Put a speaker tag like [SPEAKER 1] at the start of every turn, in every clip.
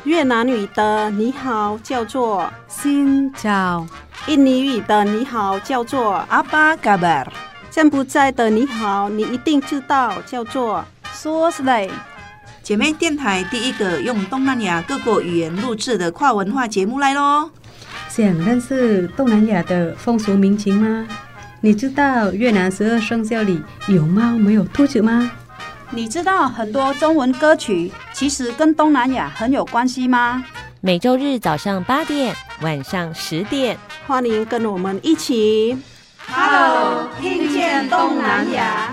[SPEAKER 1] 越南语的你好叫做
[SPEAKER 2] Xin chào，
[SPEAKER 1] 印尼语的你好叫做
[SPEAKER 2] Apa kabar，
[SPEAKER 1] 柬埔寨的你好你一定知道叫做
[SPEAKER 2] Số Slay。
[SPEAKER 3] 姐妹电台第一个用东南亚各国语言录制的跨文化节目来咯。
[SPEAKER 4] 想认识东南亚的风俗民情吗？你知道越南12生肖里有猫没有兔子吗？
[SPEAKER 5] 你知道很多中文歌曲其实跟东南亚很有关系吗？
[SPEAKER 6] 每周日早上8点，晚上10点，
[SPEAKER 1] 欢迎跟我们一起
[SPEAKER 5] Hello， 听见东南亚。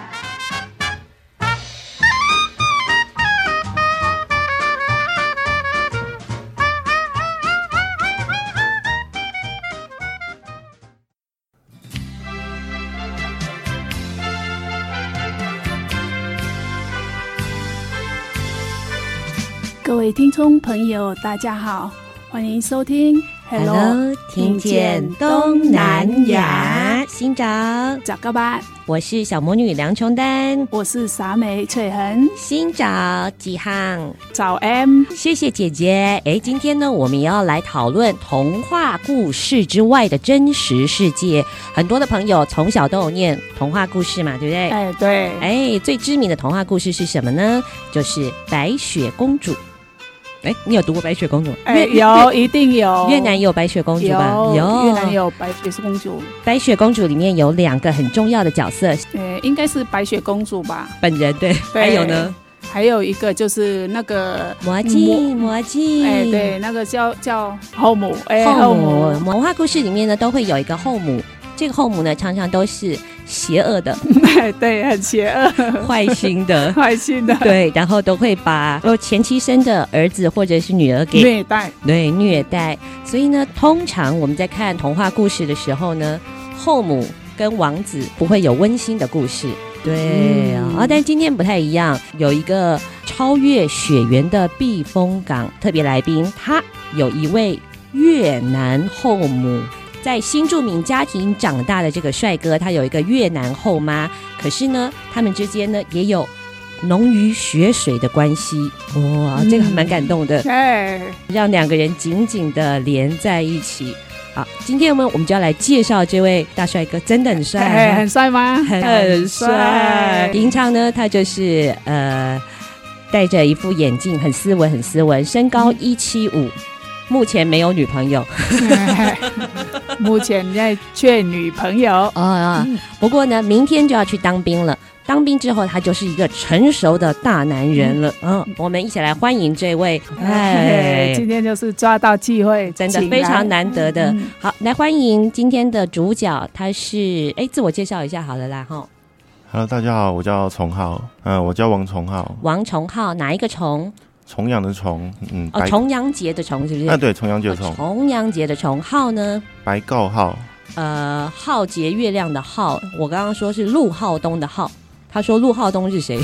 [SPEAKER 7] 各位听众朋友大家好，欢迎收听
[SPEAKER 6] Hello， 听见东南亚。新早
[SPEAKER 7] 早个班，
[SPEAKER 6] 我是小魔女梁琼丹，
[SPEAKER 7] 我是傻美翠恒。
[SPEAKER 6] 新早几行
[SPEAKER 7] 早 M，
[SPEAKER 6] 谢谢姐姐。今天呢，我们也要来讨论童话故事之外的真实世界。很多的朋友从小都有念童话故事嘛，对不对？
[SPEAKER 7] 对。
[SPEAKER 6] 最知名的童话故事是什么呢？就是白雪公主。你有读过白雪公主？
[SPEAKER 7] 有，一定有。
[SPEAKER 6] 越南也有白雪公主吧？
[SPEAKER 7] 有，越南也有白雪公主。
[SPEAKER 6] 白雪公主里面有2个很重要的角色，
[SPEAKER 7] 应该是白雪公主吧？
[SPEAKER 6] 本人对。还有呢？
[SPEAKER 7] 还有一个就是那个
[SPEAKER 6] 魔镜，
[SPEAKER 7] 对，那个叫后母。
[SPEAKER 6] 后母，童话故事里面呢都会有一个后母，这个后母呢常常都是邪恶的，
[SPEAKER 7] 对，很邪恶，
[SPEAKER 6] 坏心的，对，然后都会把前妻生的儿子或者是女儿给虐待。所以呢，通常我们在看童话故事的时候呢，后母跟王子不会有温馨的故事。对但今天不太一样，有一个超越雪原的避风港特别来宾，他有一位越南后母。在新住民家庭长大的这个帅哥，他有一个越南后妈，可是呢，他们之间呢也有浓于血水的关系。哇，这个还蛮感动的，让2个人紧紧的连在一起。好，今天我们就要来介绍这位大帅哥，真的很帅。
[SPEAKER 7] 很帅吗？
[SPEAKER 6] 很帅。平常呢，他就是戴着一副眼镜，很斯文，身高175。目前没有女朋友
[SPEAKER 7] 目前在缺女朋友
[SPEAKER 6] 不过呢，明天就要去当兵了。当兵之后，他就是一个成熟的大男人了。我们一起来欢迎这位。
[SPEAKER 7] 今天就是抓到机会，
[SPEAKER 6] 真的非常难得的。好，来欢迎今天的主角，他是自我介绍一下好了啦。
[SPEAKER 8] Hello， 大家好，我叫崇浩，我叫王崇浩。
[SPEAKER 6] 王崇浩，哪一个崇？
[SPEAKER 8] 重阳的重，
[SPEAKER 6] 重阳节的重是不是？
[SPEAKER 8] 对，重阳节的重。
[SPEAKER 6] 重阳节的重，浩呢？
[SPEAKER 8] 白告浩。
[SPEAKER 6] 浩劫月亮的浩，我刚刚说是陆浩东的浩。他说陆浩东是谁？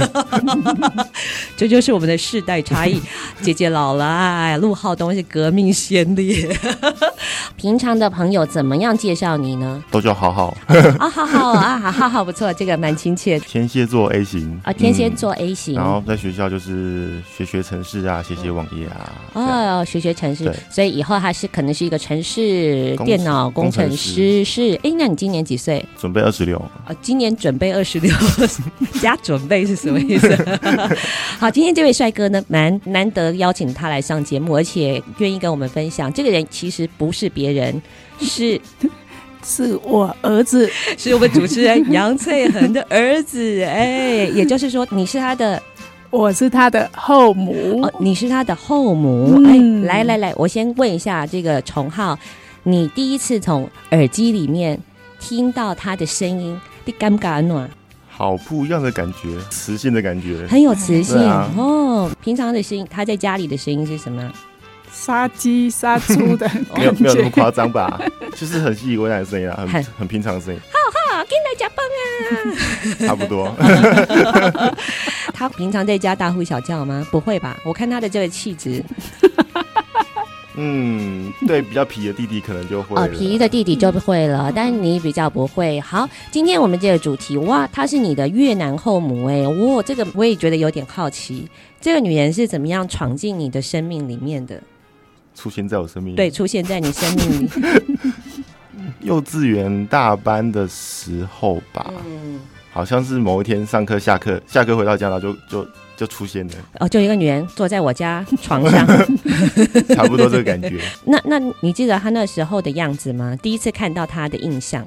[SPEAKER 6] 这就是我们的世代差异。姐姐老了，陆浩东是革命先烈。平常的朋友怎么样介绍你呢？
[SPEAKER 8] 都叫浩浩。
[SPEAKER 6] 浩浩不错，这个蛮亲切的。
[SPEAKER 8] 天蝎座 A 型
[SPEAKER 6] 天蝎座 A 型。
[SPEAKER 8] 然后在学校就是学程式啊，写网页啊。
[SPEAKER 6] 学程式，所以以后他可能是一个程式电脑工程师。是，那你今年几岁？
[SPEAKER 8] 准备26。
[SPEAKER 6] 今年准备26。加准备是什么意思？好，今天这位帅哥呢，蛮难得邀请他来上节目，而且愿意跟我们分享。这个人其实不是别人，是
[SPEAKER 7] 我儿子，
[SPEAKER 6] 是我们主持人杨翠恒的儿子。也就是说，你是他的，
[SPEAKER 7] 我是他的后母。
[SPEAKER 6] 你是他的后母。来，我先问一下这个崇浩，你第一次从耳机里面听到他的声音，你感觉怎么样？
[SPEAKER 8] 好不一样的感觉，磁性的感觉，
[SPEAKER 6] 很有磁性。平常的声音，他在家里的声音是什么？
[SPEAKER 7] 杀鸡杀猪的
[SPEAKER 8] 没有那么夸张吧，就是很习以为然的声音啊，很平常的声音。
[SPEAKER 6] 好，给你来加班啊，
[SPEAKER 8] 差不多。
[SPEAKER 6] 他平常在家大呼小叫吗？不会吧？我看他的这个气质。
[SPEAKER 8] 对，比较皮的弟弟可能就会了。
[SPEAKER 6] 皮的弟弟就会了，但你比较不会。好，今天我们这个主题，哇，她是你的越南后母这个我也觉得有点好奇，这个女人是怎么样闯进你的生命里面的？
[SPEAKER 8] 出现在我生命里，
[SPEAKER 6] 对，出现在你生命里。
[SPEAKER 8] 幼稚园大班的时候吧，好像是某一天上课下课回到家，然后就出现了。
[SPEAKER 6] 就一个女人坐在我家床上，
[SPEAKER 8] 差不多这个感觉。
[SPEAKER 6] 那你记得她那时候的样子吗？第一次看到她的印象？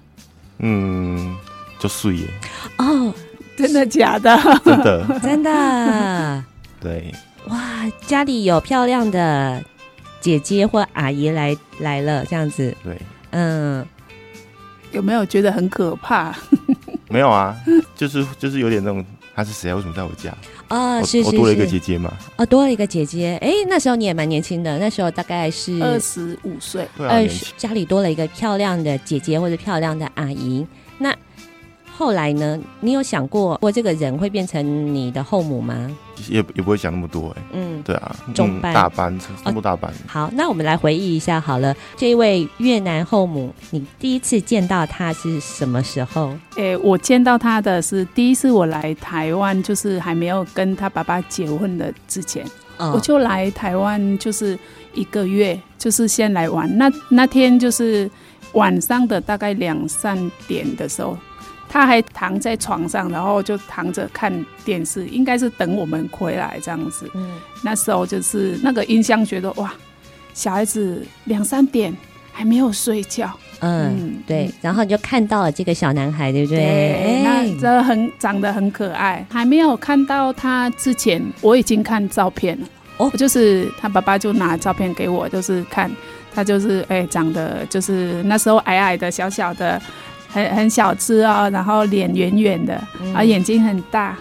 [SPEAKER 8] 就睡耶。
[SPEAKER 7] 真的假的？
[SPEAKER 8] 真的，
[SPEAKER 6] 真的。
[SPEAKER 8] 对。
[SPEAKER 6] 哇，家里有漂亮的姐姐或阿姨来了，这样子。
[SPEAKER 8] 对。
[SPEAKER 7] 有没有觉得很可怕？
[SPEAKER 8] 没有啊，就是有点那种，他是谁啊？为什么在我家？
[SPEAKER 6] 是
[SPEAKER 8] 我多了一个姐姐嘛。
[SPEAKER 6] 多了一个姐姐。那时候你也蛮年轻的，那时候大概是
[SPEAKER 7] 25岁。
[SPEAKER 6] 家里多了一个漂亮的姐姐或者漂亮的阿姨。那后来呢？你有想过这个人会变成你的后母吗？
[SPEAKER 8] 也不会想那么多对啊，
[SPEAKER 6] 中班、
[SPEAKER 8] 大班、中部大班。
[SPEAKER 6] 好，那我们来回忆一下好了。这位越南后母，你第一次见到她是什么时候？
[SPEAKER 7] 我见到她的是第一次我来台湾，就是还没有跟她爸爸结婚的之前，我就来台湾就是1个月，就是先来玩。那天就是晚上的大概2-3点的时候。他还躺在床上，然后就躺着看电视，应该是等我们回来这样子。那时候就是那个印象，觉得哇，小孩子2-3点还没有睡觉。
[SPEAKER 6] 对。然后你就看到了这个小男孩，对不对？
[SPEAKER 7] 对，那这长得很可爱。还没有看到他之前，我已经看照片了。就是他爸爸就拿照片给我，就是看他就是长得就是那时候矮矮的、小小的。很小只然后脸圆圆的，然后眼睛很大，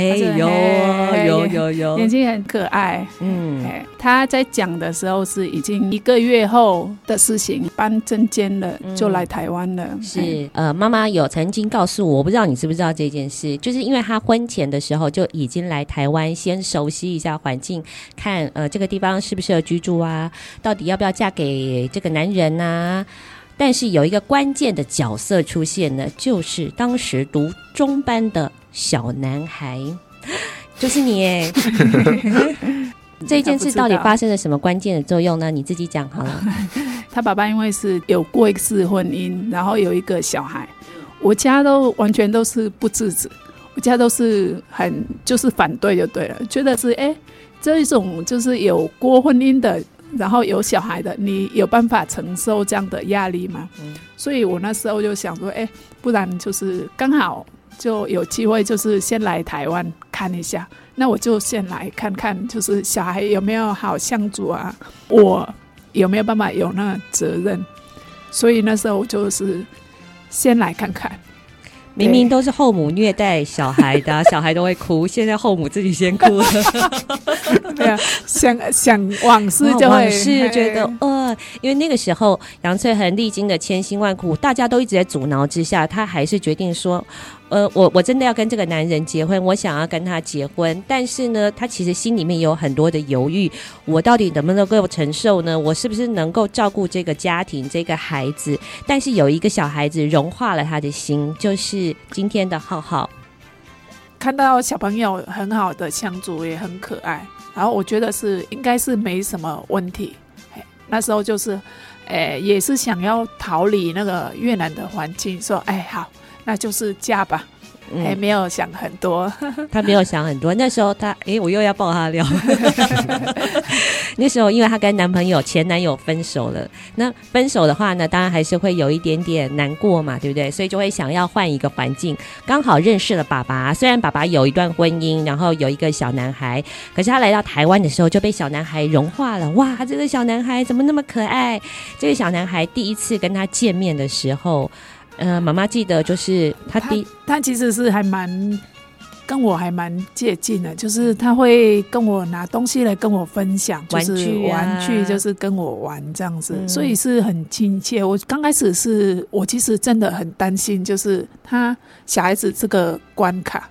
[SPEAKER 7] 有，眼睛很可爱。他在讲的时候是已经1个月后的事情，办证件了就来台湾了。
[SPEAKER 6] 是妈妈有曾经告诉我不知道你知不知道这件事，就是因为他婚前的时候就已经来台湾，先熟悉一下环境，看这个地方适不适合居住啊，到底要不要嫁给这个男人啊。但是有一个关键的角色出现呢，就是当时读中班的小男孩，就是你耶。这件事到底发生了什么关键的作用呢？你自己讲好了。
[SPEAKER 7] 他爸爸因为是有过一次婚姻，然后有一个小孩，我家都完全都是不支持，我家都是就是反对就对了，觉得是这一种就是有过婚姻的。然后有小孩的，你有办法承受这样的压力吗？所以我那时候就想说，不然就是刚好就有机会，就是先来台湾看一下。那我就先来看看，就是小孩有没有好相处啊，我有没有办法有那个责任。所以那时候就是先来看看。
[SPEAKER 6] 明明都是后母虐待小孩的小孩都会哭，现在后母自己先哭了。
[SPEAKER 7] 对啊，想往事就会
[SPEAKER 6] 往事觉得因为那个时候杨翠恒历经的千辛万苦，大家都一直在阻挠之下，他还是决定说我真的要跟这个男人结婚，我想要跟他结婚。但是呢，他其实心里面有很多的犹豫，我到底能不能够承受呢？我是不是能够照顾这个家庭这个孩子？但是有一个小孩子融化了他的心，就是今天的浩浩。
[SPEAKER 7] 看到小朋友很好的相处，也很可爱，然后我觉得应该是没什么问题。那时候就是也是想要逃离那个越南的环境，说好，那就是嫁吧。没有想很多。
[SPEAKER 6] 他没有想很多。那时候他我又要爆他料。那时候因为他跟前男友分手了，那分手的话呢，当然还是会有一点点难过嘛，对不对？所以就会想要换一个环境。刚好认识了爸爸，虽然爸爸有一段婚姻，然后有一个小男孩，可是他来到台湾的时候就被小男孩融化了。哇，这个小男孩怎么那么可爱？这个小男孩第一次跟他见面的时候，妈妈记得就是
[SPEAKER 7] 他其实是跟我还蛮接近的，就是他会跟我拿东西来跟我分享，就是玩具就是跟我玩这样子，所以是很亲切。我刚开始我其实真的很担心，就是他小孩子这个关卡，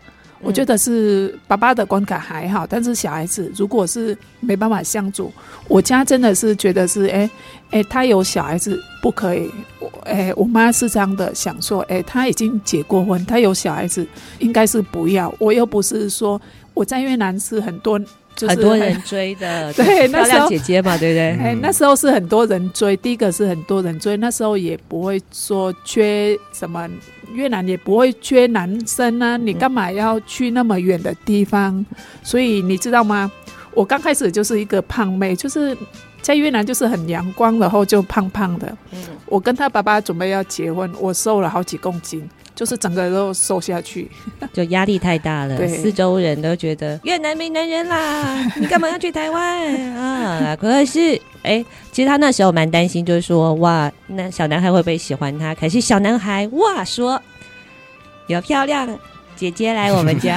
[SPEAKER 7] 我觉得是爸爸的观感还好，但是小孩子如果是没办法相处，我家真的是觉得是他有小孩子不可以，我妈是这样的想说，他已经结过婚，他有小孩子应该是不要。我又不是说我在越南是很多。就是
[SPEAKER 6] 很多人追的，
[SPEAKER 7] 对，
[SPEAKER 6] 漂亮姐姐嘛，对不对？
[SPEAKER 7] 那时候是很多人追，第一个是很多人追，那时候也不会说缺什么，越南也不会缺男生啊，你干嘛要去那么远的地方？所以你知道吗？我刚开始就是一个胖妹，就是在越南就是很阳光，然后就胖胖的。我跟他爸爸准备要结婚，我瘦了好几公斤。就是整个都瘦下去，
[SPEAKER 6] 就压力太大了。四周人都觉得越南没男人啦，你干嘛要去台湾啊？可是其实他那时候蛮担心，就是说哇，那小男孩会不会喜欢他？可是小男孩哇说有漂亮姐姐来我们家，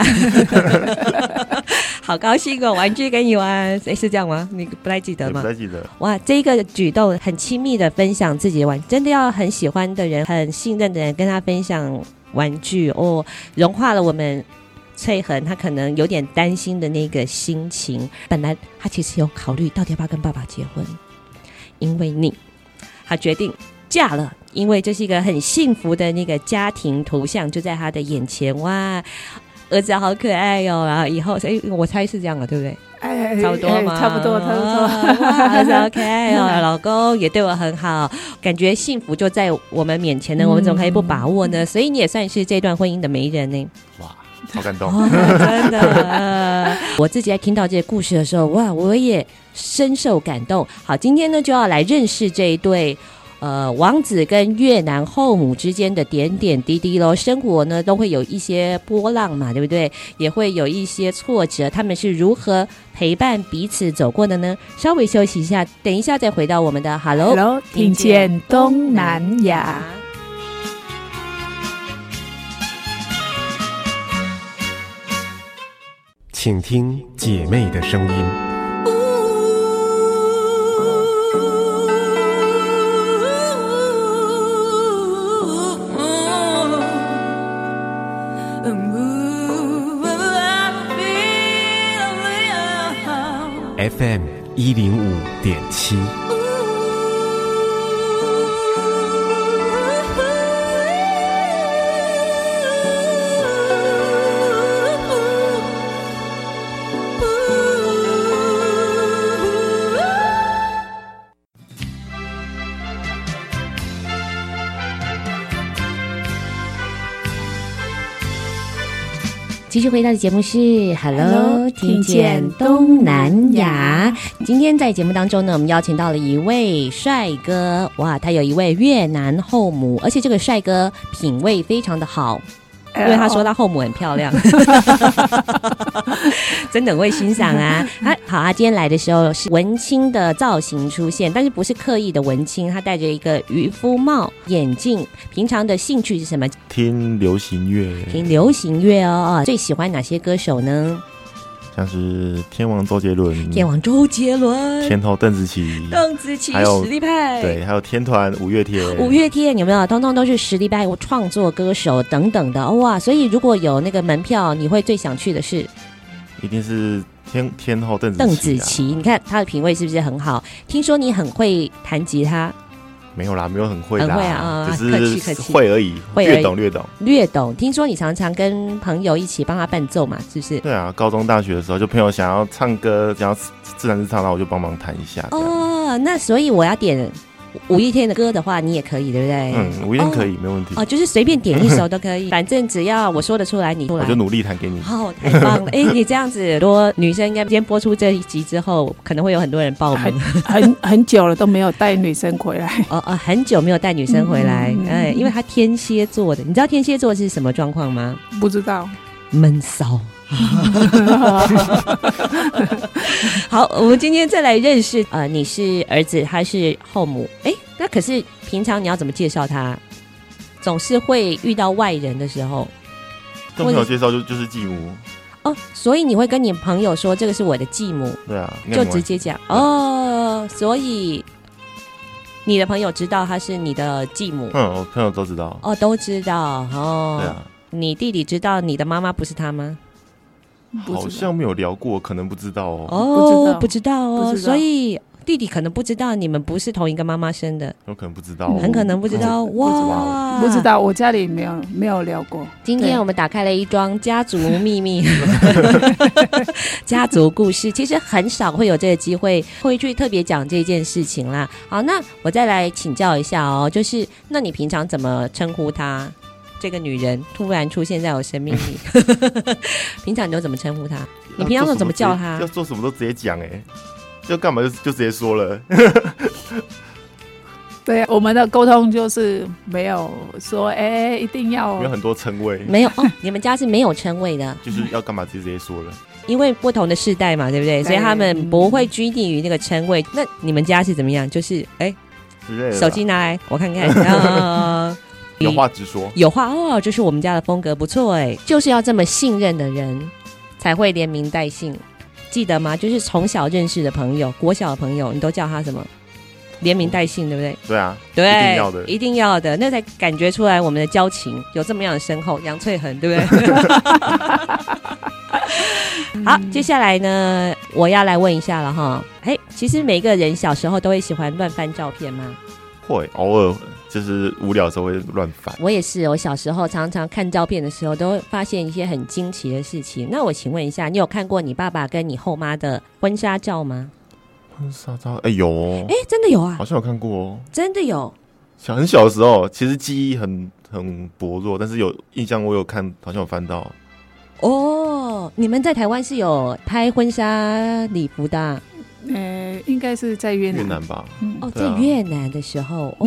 [SPEAKER 6] 好高兴哦，玩具跟你玩。是这样吗？你不太记得吗？
[SPEAKER 8] 不太记得。
[SPEAKER 6] 哇，这个举动很亲密的分享自己的玩，真的要很喜欢的人，很信任的人跟他分享玩具哦，融化了我们翠恒他可能有点担心的那个心情。本来他其实有考虑到底要不要跟爸爸结婚，因为他决定嫁了，因为这是一个很幸福的那个家庭图像就在他的眼前。哇，儿子好可爱哦，然后以后我猜是这样了，对不对？差不多嘛，
[SPEAKER 7] 差不多。
[SPEAKER 6] 哇，儿子好可爱哦，老公也对我很好，感觉幸福就在我们面前呢，我们怎么可以不把握呢？所以你也算是这段婚姻的媒人呢。
[SPEAKER 8] 哇，好感动，
[SPEAKER 6] 真的。我自己在听到这些故事的时候，哇，我也深受感动。好，今天呢就要来认识这一对王子跟越南后母之间的点点滴滴咯。生活呢都会有一些波浪嘛，对不对？也会有一些挫折，他们是如何陪伴彼此走过的呢？稍微休息一下，等一下再回到我们的 Hello
[SPEAKER 7] 听见东南亚。
[SPEAKER 9] 请听姐妹的声音。FM 105.7。
[SPEAKER 6] 继续回到的节目是 Hello 听见东南亚。今天在节目当中呢，我们邀请到了一位帅哥，哇，他有一位越南后母，而且这个帅哥品味非常的好，因为他说他后母很漂亮，真的很会欣赏啊。好，他今天来的时候是文青的造型出现，但是不是刻意的文青，他戴着一个渔夫帽、眼镜。平常的兴趣是什么？
[SPEAKER 8] 听流行乐。
[SPEAKER 6] 听流行乐哦。最喜欢哪些歌手呢？
[SPEAKER 8] 像是天王周杰伦、
[SPEAKER 6] 天后
[SPEAKER 8] 邓紫棋、
[SPEAKER 6] 还有实力派，
[SPEAKER 8] 对，还有天团五月天
[SPEAKER 6] 有没有？通通都是实力派创作歌手等等的哇！所以如果有那个门票，你会最想去的是？
[SPEAKER 8] 一定是天后邓紫棋。
[SPEAKER 6] 你看她的品味是不是很好？听说你很会弹吉他。
[SPEAKER 8] 没有啦，没有很会啦，
[SPEAKER 6] 很会啊，
[SPEAKER 8] 只是会而已，略懂。听说你常常跟朋友一起帮他伴奏嘛，是不是？对啊，高中大学的时候，就朋友想要唱歌，想要自弹自唱，然后我就帮忙弹一下。哦，
[SPEAKER 6] 那所以我要点五月天的歌的话，你也可以，对不对？
[SPEAKER 8] 五月天可以，没问题。
[SPEAKER 6] 哦，就是随便点一首都可以，反正只要我说得出来，你出来，
[SPEAKER 8] 我就努力弹给你。
[SPEAKER 6] 哦，太棒了！你这样子，很多女生应该今天播出这一集之后，可能会有很多人报名。
[SPEAKER 7] 很久了都没有带女生回来。
[SPEAKER 6] 很久没有带女生回来，因为她天蝎座的，你知道天蝎座是什么状况吗？
[SPEAKER 7] 不知道，
[SPEAKER 6] 闷骚。好，我们今天再来认识你是儿子，他是后母。那可是平常你要怎么介绍他？总是会遇到外人的时候，
[SPEAKER 8] 跟朋友介绍就是继母。
[SPEAKER 6] 所以你会跟你朋友说这个是我的继母？对啊，就直接讲所以你的朋友知道他是你的继母？
[SPEAKER 8] 我朋友都知道。
[SPEAKER 6] 都知道。
[SPEAKER 8] 对啊。
[SPEAKER 6] 你弟弟知道你的妈妈不是他吗？
[SPEAKER 8] 好像没有聊过，可能不知道哦。
[SPEAKER 6] 哦，不知道哦，所以弟弟可能不知道你们不是同一个妈妈生的，
[SPEAKER 8] 有可能不知道，
[SPEAKER 6] 很可能不知道。哇，
[SPEAKER 7] 不知道，我家里没有聊过。
[SPEAKER 6] 今天我们打开了一桩家族秘密家族故事，其实很少会有这个机会会去特别讲这件事情啦。好，那我再来请教一下哦，就是那你平常怎么称呼她？这个女人突然出现在我生命里平常你都怎么称呼她？你平常都怎么叫她？
[SPEAKER 8] 要做什么都直接讲要干嘛就直接说了
[SPEAKER 7] 对，我们的沟通就是没有说一定要，
[SPEAKER 8] 没有很多称谓，
[SPEAKER 6] 没有哦，你们家是没有称谓的
[SPEAKER 8] 就是要干嘛直接说了，
[SPEAKER 6] 因为不同的世代嘛，对不对？所以他们不会拘泥于那个称谓。那你们家是怎么样？就是手机拿来我看看
[SPEAKER 8] 有话直说，
[SPEAKER 6] 有话哦，这是我们家的风格，不错就是要这么信任的人才会连名带姓，记得吗？就是从小认识的朋友，国小的朋友，你都叫他什么？连名带姓，对不对？
[SPEAKER 8] 对啊，
[SPEAKER 6] 对，
[SPEAKER 8] 一定要的，
[SPEAKER 6] 一定要的，那才感觉出来我们的交情有这么样的深厚，杨翠恒，对不对？好，接下来呢，我要来问一下了哈。其实每个人小时候都会喜欢乱翻照片吗？
[SPEAKER 8] 会，偶尔就是无聊的时候会乱翻。我也是，
[SPEAKER 6] 我小时候常常看照片的时候都会发现一些很惊奇的事情。那我请问一下，你有看过你爸爸跟你后妈的婚纱照吗？
[SPEAKER 8] 婚纱照有哦，
[SPEAKER 6] 真的有啊，
[SPEAKER 8] 好像有看过哦，
[SPEAKER 6] 真的有。
[SPEAKER 8] 很小的时候，其实记忆很薄弱，但是有印象，我有看，好像有翻到。哦，
[SPEAKER 6] 你们在台湾是有拍婚纱礼服的？
[SPEAKER 7] 应该是在越
[SPEAKER 8] 南吧。
[SPEAKER 6] 在越南的时候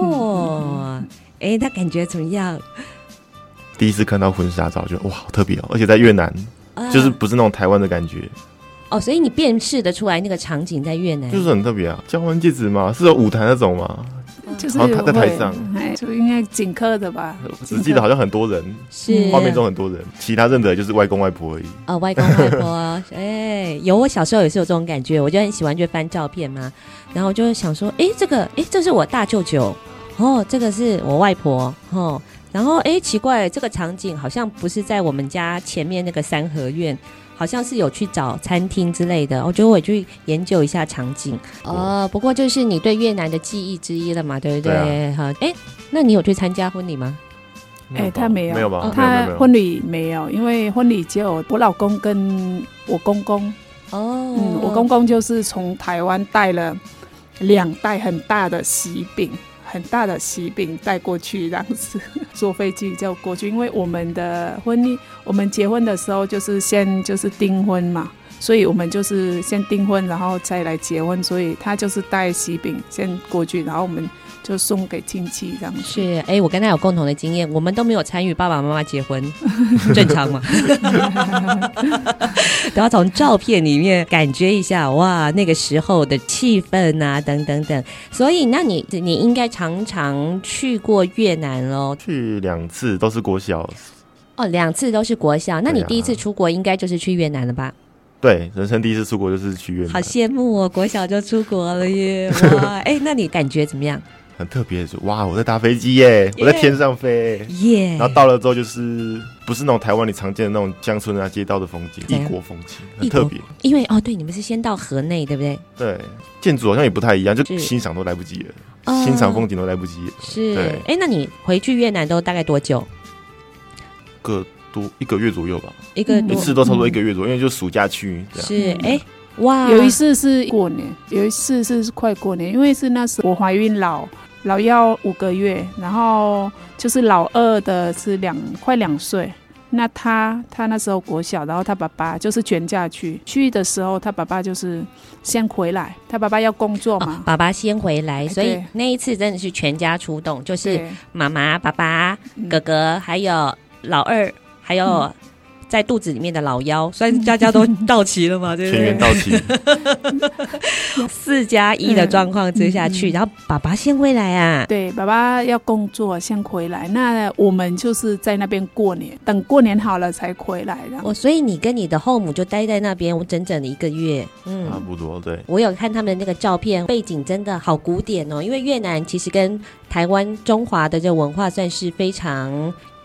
[SPEAKER 6] 那感觉怎么样？
[SPEAKER 8] 第一次看到婚纱照，觉得哇，好特别哦，而且在越南，就是不是那种台湾的感觉。
[SPEAKER 6] 所以你辨识得出来那个场景在越南，
[SPEAKER 8] 就是很特别啊。交换戒指吗？是有舞台那种吗？
[SPEAKER 7] 就是
[SPEAKER 8] 他在台上，
[SPEAKER 7] 就应该紧刻的吧。
[SPEAKER 8] 只记得好像很多人，
[SPEAKER 6] 是
[SPEAKER 8] 画面中很多人，其他认得就是外公外婆而已。
[SPEAKER 6] 外公外婆，有，我小时候也是有这种感觉，我就很喜欢去翻照片嘛，然后就想说，这是我大舅舅，这个是我外婆，然后奇怪，这个场景好像不是在我们家前面那个三合院。好像是有去找餐厅之类的，我觉得我去研究一下场景。不过就是你对越南的记忆之一了嘛，对不对？好，那你有去参加婚礼吗？
[SPEAKER 7] 他没有，
[SPEAKER 8] 没有吧？
[SPEAKER 7] 他婚礼没有，因为婚礼只有我老公跟我公公。我公公就是从台湾带了2袋很大的喜饼。很大的喜饼带过去，这样子坐飞机就过去。因为我们的婚礼，我们结婚的时候就是先就是订婚嘛，所以我们就是先订婚，然后再来结婚。所以他就是带喜饼先过去，然后我们就送给亲戚这样子。
[SPEAKER 6] 是，我跟他有共同的经验，我们都没有参与爸爸妈妈结婚，正常吗？都要从照片里面感觉一下，哇，那个时候的气氛啊，等等等。所以，那你应该常常去过越南咯？
[SPEAKER 8] 去2次，都是国小。
[SPEAKER 6] 2次都是国小。那你第一次出国应该就是去越南了吧？
[SPEAKER 8] 对，人生第一次出国就是去越南。
[SPEAKER 6] 好羡慕哦，国小就出国了耶！哇，那你感觉怎么样？
[SPEAKER 8] 很特别的是，哇，我在搭飞机耶，我在天上飞耶，然后到了之后就是不是那种台湾你常见的那种乡村啊街道的风景，异国风情，很特别。
[SPEAKER 6] 因为对，你们是先到河内，对不对？
[SPEAKER 8] 对，建筑好像也不太一样，就欣赏都来不及了，欣赏风景都来不及了。
[SPEAKER 6] 是，那你回去越南都大概多久
[SPEAKER 8] ？1个月左右吧，
[SPEAKER 6] 一
[SPEAKER 8] 次都差不多1个月左右，因为就暑假去。
[SPEAKER 6] 是，哇，
[SPEAKER 7] 有一次是过年，有一次是快过年，因为是那时候我怀孕老幺5个月，然后就是老二的是快2岁。那他那时候国小，然后他爸爸就是全家去的时候，他爸爸就是先回来，他爸爸要工作嘛，
[SPEAKER 6] 爸爸先回来，所以那一次真的是全家出动，就是妈妈、爸爸、哥哥，还有老二，还有在肚子里面的老幺，所以家都到齐了嘛，对不对？
[SPEAKER 8] 全员到齐
[SPEAKER 6] ，4+1的状况之下去，然后爸爸先回来啊。
[SPEAKER 7] 对，爸爸要工作先回来，那我们就是在那边过年，等过年好了才回来的。
[SPEAKER 6] 所以你跟你的后母就待在那边整整的1个月。
[SPEAKER 8] 差不多。对，
[SPEAKER 6] 我有看他们的那个照片，背景真的好古典哦，因为越南其实跟台湾中华的这文化算是非常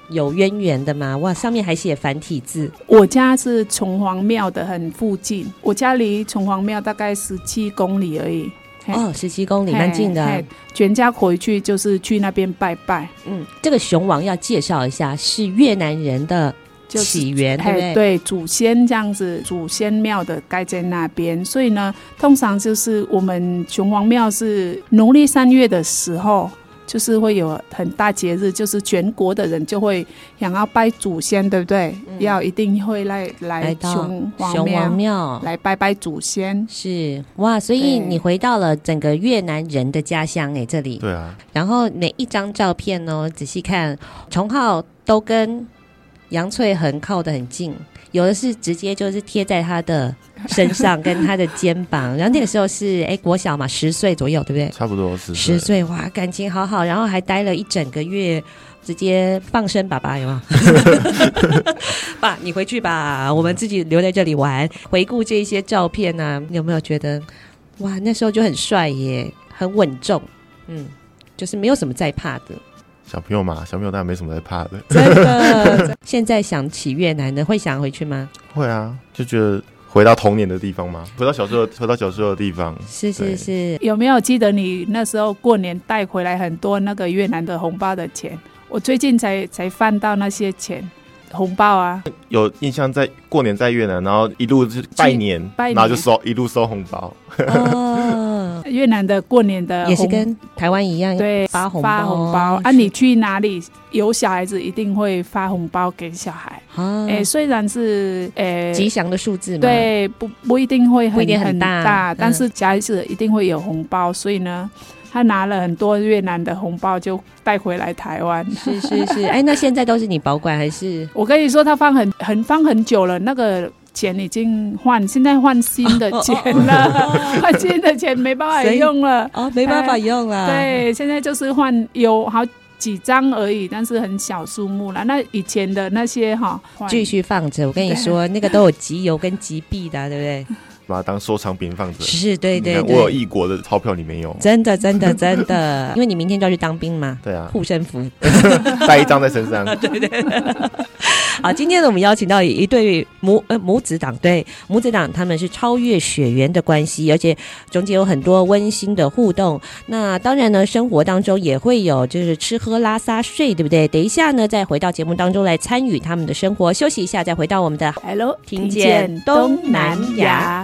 [SPEAKER 6] 有渊源的吗？哇，上面还写繁体字。
[SPEAKER 7] 我家是城隍庙的很附近，我家离城隍庙大概17公里而已。
[SPEAKER 6] 17公里，蛮近的啊。
[SPEAKER 7] 全家回去就是去那边拜拜。
[SPEAKER 6] 这个雄王要介绍一下，是越南人的起源，对不对？
[SPEAKER 7] 对，祖先这样子，祖先庙的盖在那边，所以呢，通常就是我们雄王庙是农历3月的时候。就是会有很大节日，就是全国的人就会想要拜祖先，对不对？要一定会来雄王庙来拜拜祖先。
[SPEAKER 6] 是哇，所以你回到了整个越南人的家乡这里。
[SPEAKER 8] 对啊。
[SPEAKER 6] 然后每一张照片仔细看，崇浩都跟杨翠恒靠得很近，有的是直接就是贴在他的身上跟他的肩膀。然后那个时候是国小嘛，10岁左右，对不对？
[SPEAKER 8] 差不多
[SPEAKER 6] 10岁，哇，感情好好。然后还待了1整个月，直接放生爸爸，有吗？爸，你回去吧，我们自己留在这里玩。回顾这些照片呢，你有没有觉得哇，那时候就很帅耶，很稳重，就是没有什么在怕的。
[SPEAKER 8] 小朋友嘛，小朋友当然没什么在怕的。
[SPEAKER 6] 真的。现在想起越南的，会想回去吗？
[SPEAKER 8] 会啊，就觉得回到童年的地方嘛，回到小时候的地方。
[SPEAKER 6] 是。
[SPEAKER 7] 有没有记得你那时候过年带回来很多那个越南的红包的钱？我最近才翻到那些钱。红包啊，
[SPEAKER 8] 有印象在过年在越南，然后一路是拜年，然后就一路收红包。
[SPEAKER 7] 越南的过年的
[SPEAKER 6] 也是跟台湾一样，
[SPEAKER 7] 对，
[SPEAKER 6] 发红包
[SPEAKER 7] 啊！你去哪里有小孩子，一定会发红包给小孩。虽然是
[SPEAKER 6] 吉祥的数字嘛，
[SPEAKER 7] 对，不一定会很
[SPEAKER 6] 大，
[SPEAKER 7] 但是小孩子一定会有红包，所以呢。他拿了很多越南的红包就带回来台湾。
[SPEAKER 6] 是。那现在都是你保管还是？
[SPEAKER 7] 我跟你说，他放很久了，那个钱已经现在换新的钱了，换新的钱没办法用了。
[SPEAKER 6] 没办法用了。
[SPEAKER 7] 对，现在就是有好几张而已，但是很小数目了。那以前的那些
[SPEAKER 6] 继续放着。我跟你说，那个都有集邮跟集币的，对不对？
[SPEAKER 8] 把它当收藏品放着。
[SPEAKER 6] 是，对。
[SPEAKER 8] 我有异国的钞票里面有。
[SPEAKER 6] 真的。因为你明天就要去当兵嘛。
[SPEAKER 8] 对啊。
[SPEAKER 6] 护身符。
[SPEAKER 8] 带一张在身上。
[SPEAKER 6] 对。好，今天呢，我们邀请到一对母子档，对，母子档他们是超越血缘的关系，而且中间有很多温馨的互动。那当然呢，生活当中也会有就是吃喝拉撒睡，对不对？等一下呢，再回到节目当中来参与他们的生活。休息一下，再回到我们的
[SPEAKER 7] Hello，
[SPEAKER 6] 听见东南亚。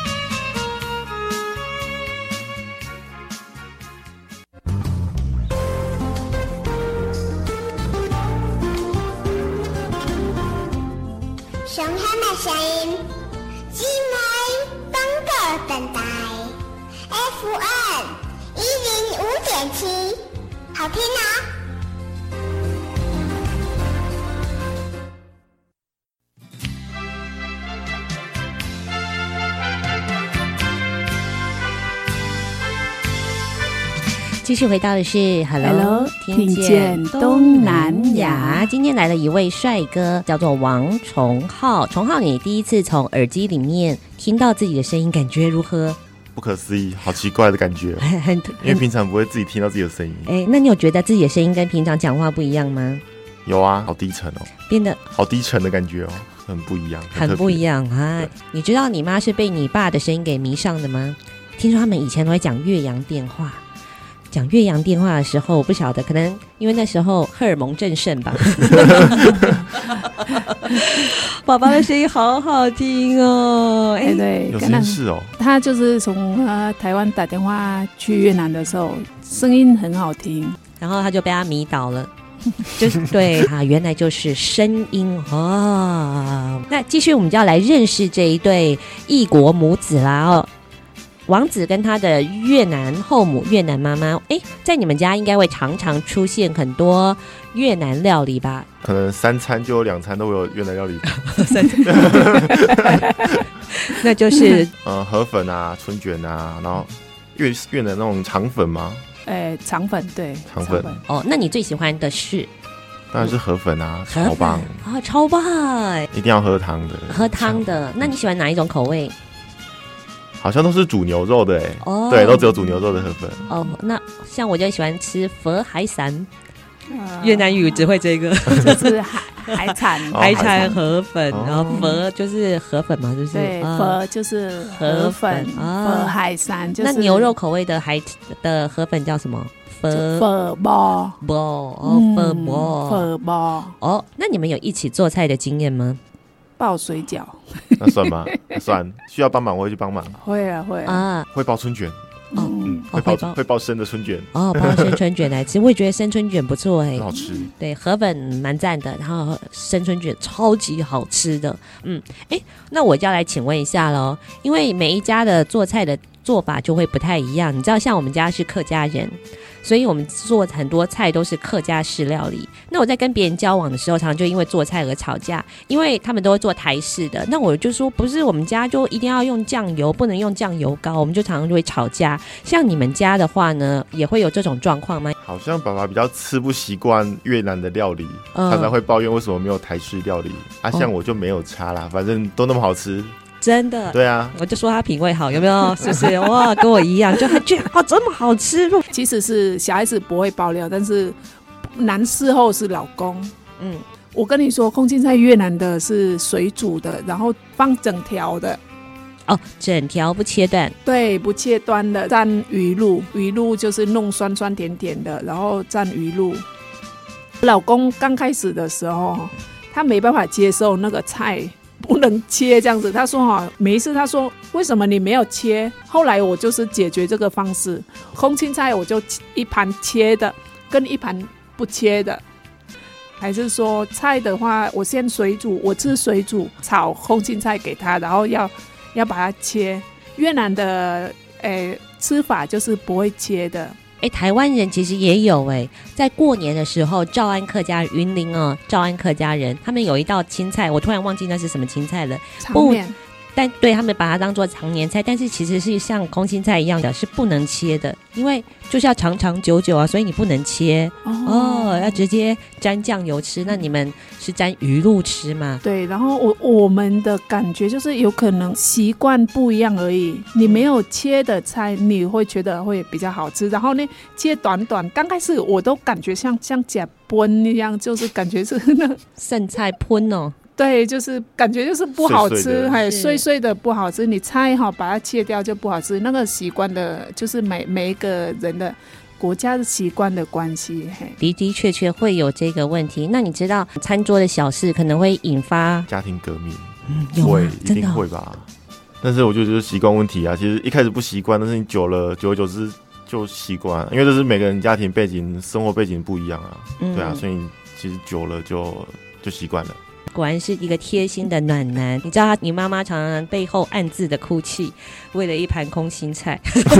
[SPEAKER 10] 上海的声音，姊妹东哥等待 FM 105.7，好听啊！
[SPEAKER 6] 继续回到的是 Hello，
[SPEAKER 7] 听见东南亚。
[SPEAKER 6] 今天来了一位帅哥，叫做王崇浩。崇浩，你第一次从耳机里面听到自己的声音，感觉如何？
[SPEAKER 8] 不可思议，好奇怪的感觉。因为平常不会自己听到自己的声音。
[SPEAKER 6] 那你有觉得自己的声音跟平常讲话不一样吗？
[SPEAKER 8] 有啊，好低沉哦，
[SPEAKER 6] 变得
[SPEAKER 8] 好低沉的感觉哦，很不一样，
[SPEAKER 6] 很不一样啊！你知道你妈是被你爸的声音给迷上的吗？听说他们以前都会讲越洋电话。讲越洋电话的时候，我不晓得，可能因为那时候荷尔蒙正盛吧。宝宝的声音好好听哦！
[SPEAKER 7] 对，
[SPEAKER 8] 有这件事哦。
[SPEAKER 7] 他就是从台湾打电话去越南的时候，声音很好听，
[SPEAKER 6] 然后他就被他迷倒了。就是对啊，原来就是声音哦。那继续，我们就要来认识这一对异国母子啦哦。王子跟他的越南后母越南妈妈，在你们家应该会常常出现很多越南料理吧？
[SPEAKER 8] 可能3餐就有2餐都会有越南料理吧。
[SPEAKER 6] 那就是
[SPEAKER 8] 河粉啊、春卷啊，然后越南那种肠粉吗？
[SPEAKER 7] 肠粉，对，
[SPEAKER 8] 肠粉。
[SPEAKER 6] 哦，那你最喜欢的是？
[SPEAKER 8] 当然是河粉啊，超棒
[SPEAKER 6] 啊，超棒！
[SPEAKER 8] 一定要喝汤的。
[SPEAKER 6] 喝汤的，那你喜欢哪一种口味？
[SPEAKER 8] 好像都是煮牛肉的对，都只有煮牛肉的河粉。
[SPEAKER 6] 那像我就喜欢吃佛海散。 越南语只会这个，
[SPEAKER 7] 就是海产
[SPEAKER 6] 河粉，然后佛就是河粉嘛，就是
[SPEAKER 7] 对，佛就是河粉，佛海山就是。
[SPEAKER 6] 那牛肉口味的河粉叫什么？
[SPEAKER 7] 佛包
[SPEAKER 6] 哦，那你们有一起做菜的经验吗？
[SPEAKER 7] 爆水饺
[SPEAKER 8] 那算吗？算，需要帮忙我会去帮忙。
[SPEAKER 7] 会啊，
[SPEAKER 8] 会包春卷。会包生的春卷
[SPEAKER 6] 包生春卷来吃，我也觉得生春卷不错
[SPEAKER 8] 很好吃。
[SPEAKER 6] 对，河粉蛮赞的，然后生春卷超级好吃的。那我就要来请问一下咯，因为每一家的做菜的做法就会不太一样。你知道，像我们家是客家人，所以我们做很多菜都是客家式料理。那我在跟别人交往的时候，常常就因为做菜而吵架，因为他们都会做台式的，那我就说不是，我们家就一定要用酱油，不能用酱油膏，我们就常常就会吵架。像你们家的话呢，也会有这种状况吗？
[SPEAKER 8] 好像爸爸比较吃不习惯越南的料理，常常会抱怨为什么没有台式料理像我就没有差啦，反正都那么好吃。
[SPEAKER 6] 真的，
[SPEAKER 8] 对啊，
[SPEAKER 6] 我就说他品味好，有没有？是不是？哇，跟我一样，就他居然这么好吃。
[SPEAKER 7] 其实是小孩子不会爆料，但是难伺候是老公。我跟你说，空心菜越南的是水煮的，然后放整条的。
[SPEAKER 6] 整条不切断。
[SPEAKER 7] 对，不切断的，蘸鱼露，鱼露就是弄酸酸甜甜的，然后蘸鱼露。老公刚开始的时候，他没办法接受那个菜不能切这样子，他说每一次他说为什么你没有切，后来我就是解决这个方式，空心菜我就一盘切的跟一盘不切的，还是说菜的话我先水煮，我吃水煮炒空心菜给他，然后要把它切。越南的吃法就是不会切的。
[SPEAKER 6] 台湾人其实也有在过年的时候，赵安客家云林赵安客家人他们有一道青菜，我突然忘记那是什么青菜了，
[SPEAKER 7] 长面。
[SPEAKER 6] 但对他们把它当作常年菜，但是其实是像空心菜一样的，是不能切的，因为就是要长长久久所以你不能切要直接沾酱油吃。那你们是沾鱼露吃吗？
[SPEAKER 7] 对，然后我们的感觉就是有可能习惯不一样而已，你没有切的菜你会觉得会比较好吃，然后呢切短短，刚开始我都感觉像假崩一样，就是感觉是那
[SPEAKER 6] 剩菜喷
[SPEAKER 7] 对，就是感觉就是不好吃，碎碎的不好吃。你菜把它切掉就不好吃。那个习惯的，就是每一个人的国家的习惯的关系。
[SPEAKER 6] 的确会有这个问题。那你知道餐桌的小事可能会引发
[SPEAKER 8] 家庭革命？
[SPEAKER 6] 会，
[SPEAKER 8] 一定会吧。但是我觉得就是习惯问题啊。其实一开始不习惯，但是你久而久之就习惯，因为这是每个人家庭背景、生活背景不一样啊。对啊，所以其实久了就习惯了。
[SPEAKER 6] 果然是一个贴心的暖男。你知道你妈妈常常背后暗自的哭泣，为了一盘空心菜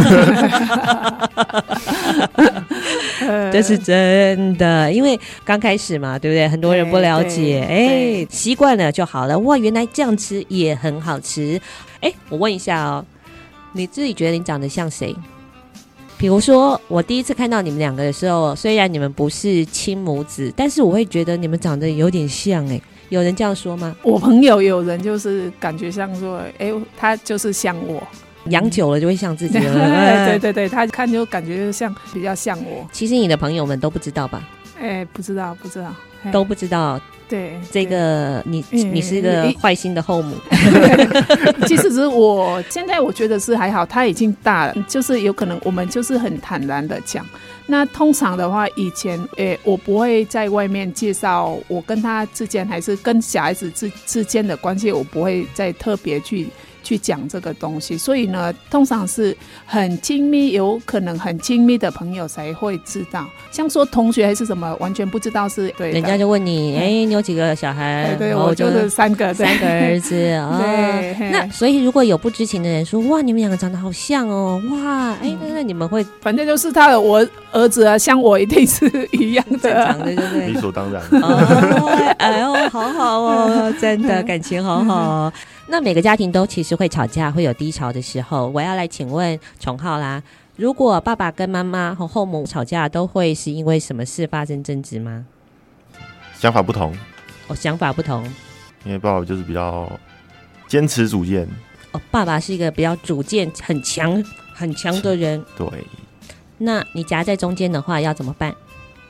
[SPEAKER 6] 这是真的，因为刚开始嘛，对不对？很多人不了解，习惯了就好了。哇，原来这样吃也很好吃。我问一下你自己觉得你长得像谁？比如说我第一次看到你们两个的时候，虽然你们不是亲母子，但是我会觉得你们长得有点像。有人这样说吗？
[SPEAKER 7] 我朋友有人就是感觉像说他就是像我，
[SPEAKER 6] 养久了就会像自己了
[SPEAKER 7] 对，他看就感觉像比较像我。
[SPEAKER 6] 其实你的朋友们都不知道吧？
[SPEAKER 7] 不知道
[SPEAKER 6] 都不知道。
[SPEAKER 7] 对，
[SPEAKER 6] 这个你是个坏心的后母
[SPEAKER 7] 其实是我现在我觉得是还好，他已经大了，就是有可能我们就是很坦然的讲。那通常的话以前我不会在外面介绍我跟他之间还是跟小孩子之间的关系，我不会再特别去讲这个东西，所以呢通常是很亲密，有可能很亲密的朋友才会知道，像说同学还是什么完全不知道是对的。
[SPEAKER 6] 人家就问你你有几个小孩？
[SPEAKER 7] 对，我就是三个
[SPEAKER 6] 儿子对。那所以如果有不知情的人说哇你们两个长得好像哇那你们会
[SPEAKER 7] 反正就是他的我儿子啊，像我一定是一样的
[SPEAKER 6] 正常的，对不对？
[SPEAKER 8] 理所当然
[SPEAKER 6] 好好真的感情好好那每个家庭都其实会吵架，会有低潮的时候。我要来请问崇浩啦，如果爸爸跟妈妈和后母吵架，都会是因为什么事发生争执吗？
[SPEAKER 8] 想法不同。
[SPEAKER 6] 想法不同。
[SPEAKER 8] 因为爸爸就是比较坚持主见。
[SPEAKER 6] 爸爸是一个比较主见很强的人。
[SPEAKER 8] 对。
[SPEAKER 6] 那你夹在中间的话要怎么办？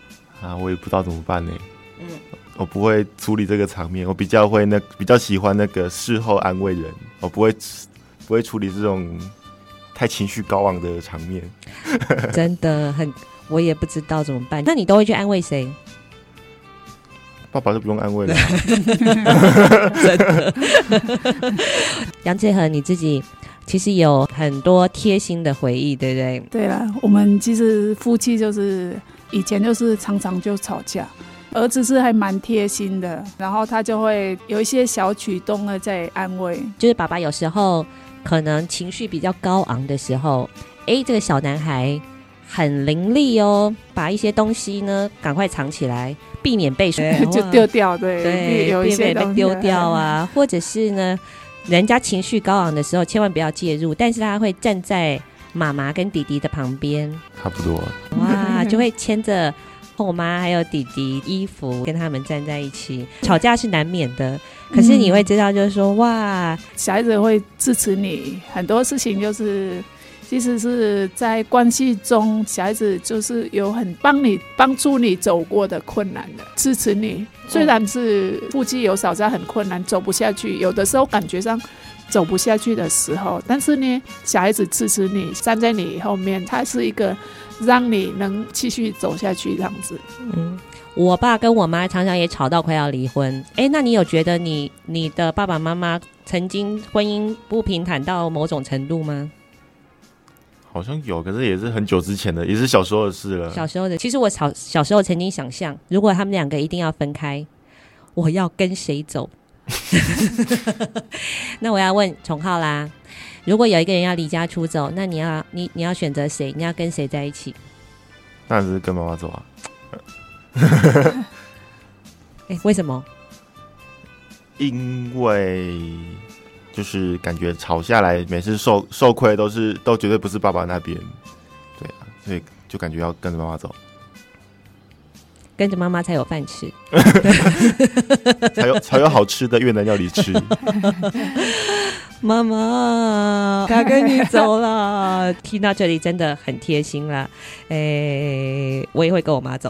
[SPEAKER 8] 我也不知道怎么办呢。我不会处理这个场面，我比较喜欢那个事后安慰人，我不会处理这种太情绪高昂的场面。
[SPEAKER 6] 真的我也不知道怎么办。那你都会去安慰谁？
[SPEAKER 8] 爸爸就不用安慰了。
[SPEAKER 6] 真的。杨介和，你自己其实有很多贴心的回忆，对不对？
[SPEAKER 7] 对啦，我们其实夫妻就是以前就是常常就吵架，儿子是还蛮贴心的，然后他就会有一些小举动呢在安慰。
[SPEAKER 6] 就是爸爸有时候可能情绪比较高昂的时候，这个小男孩很伶俐哦，把一些东西呢赶快藏起来，避免被
[SPEAKER 7] 就丢掉。对，有一些
[SPEAKER 6] 被丢掉啊，或者是呢，人家情绪高昂的时候，千万不要介入，但是他会站在妈妈跟弟弟的旁边，
[SPEAKER 8] 差不多。
[SPEAKER 6] 哇，就会牵着后妈还有弟弟衣服跟他们站在一起。吵架是难免的，可是你会知道就是说，哇，
[SPEAKER 7] 小孩子会支持你很多事情，就是其实是在关系中，小孩子就是有很帮助你走过的困难的，支持你。虽然是夫妻有吵架很困难，走不下去，有的时候感觉上走不下去的时候，但是呢，小孩子支持你，站在你后面，他是一个让你能继续走下去这样子。
[SPEAKER 6] 我爸跟我妈常常也吵到快要离婚。那你有觉得你的爸爸妈妈曾经婚姻不平坦到某种程度吗？
[SPEAKER 8] 好像有，可是也是很久之前的，也是小时候的事了。
[SPEAKER 6] 小时候的，其实我小时候曾经想象，如果他们两个一定要分开，我要跟谁走？那我要问崇浩啦，如果有一个人要离家出走，那你要选择谁？你要跟谁在一起？
[SPEAKER 8] 当然是跟妈妈走啊。
[SPEAKER 6] 为什么？
[SPEAKER 8] 因为就是感觉吵下来，每次受亏都绝对不是爸爸那边，对啊，所以就感觉要跟着妈妈走，
[SPEAKER 6] 跟着妈妈才有饭吃，
[SPEAKER 8] 才有好吃的越南料理吃。
[SPEAKER 6] 妈妈，他跟你走了。听到这里真的很贴心啦。我也会跟我妈走。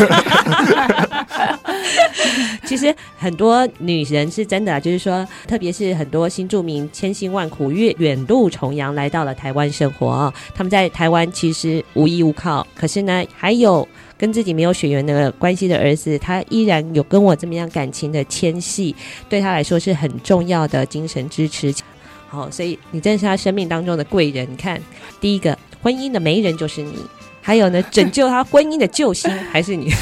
[SPEAKER 6] 其实很多女人是真的，就是说，特别是很多新住民千辛万苦远路重洋来到了台湾生活，他们在台湾其实无依无靠，可是呢，还有跟自己没有血缘的关系的儿子，他依然有跟我这么样感情的牵系，对他来说是很重要的精神支持。好，所以你真的是他生命当中的贵人。你看，第一个婚姻的媒人就是你，还有呢，拯救他婚姻的救星还是你。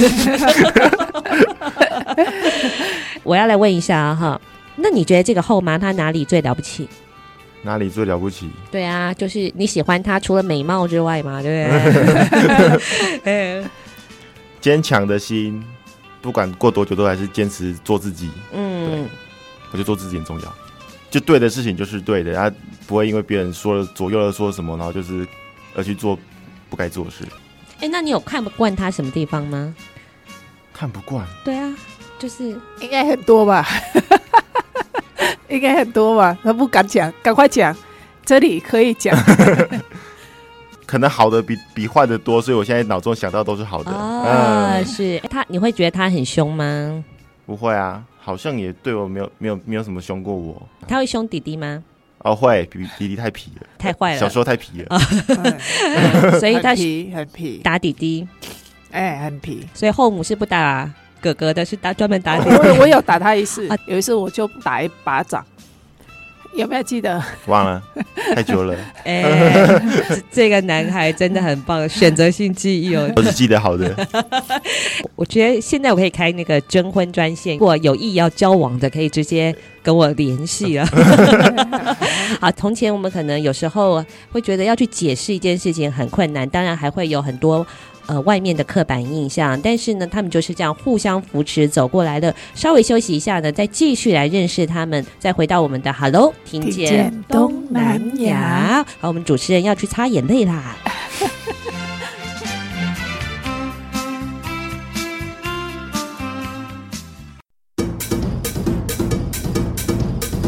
[SPEAKER 6] 我要来问一下哈，那你觉得这个后妈她哪里最了不起？
[SPEAKER 8] 哪里最了不起？
[SPEAKER 6] 对啊，就是你喜欢她除了美貌之外嘛，对不对？
[SPEAKER 8] 坚强的心，不管过多久都还是坚持做自己。对，我觉得做自己很重要。就对的事情就是对的，他不会因为别人说了左右了说什么，然后就是而去做不该做的事。
[SPEAKER 6] 那你有看不惯他什么地方吗？
[SPEAKER 8] 看不惯？
[SPEAKER 6] 对啊，就是
[SPEAKER 7] 应该很多吧。应该很多吧，他不敢讲，赶快讲，这里可以讲。
[SPEAKER 8] 可能好的比坏的多，所以我现在脑中想到都是好的。
[SPEAKER 6] 是你会觉得他很凶吗？
[SPEAKER 8] 不会啊，好像也对我没有什么凶过我。
[SPEAKER 6] 他会凶弟弟吗？
[SPEAKER 8] 会，弟弟太皮了，
[SPEAKER 6] 太坏了，
[SPEAKER 8] 小时候太皮了。
[SPEAKER 6] 所以他
[SPEAKER 7] 很皮
[SPEAKER 6] 打弟弟，
[SPEAKER 7] 很皮。
[SPEAKER 6] 所以后母是不打哥哥的，是专门打弟弟。
[SPEAKER 7] 我有打他一次，有一次我就打一巴掌。有没有记得？
[SPEAKER 8] 忘了，太久了。
[SPEAKER 6] 这个男孩真的很棒，选择性记忆哦，
[SPEAKER 8] 都是记得好的。
[SPEAKER 6] 我觉得现在我可以开那个征婚专线，如果有意要交往的，可以直接跟我联系了。好，从前我们可能有时候会觉得要去解释一件事情很困难，当然还会有很多外面的刻板印象，但是呢他们就是这样互相扶持走过来的。稍微休息一下呢，再继续来认识他们，再回到我们的 Hello 听见东南亚。好，我们主持人要去擦眼泪啦。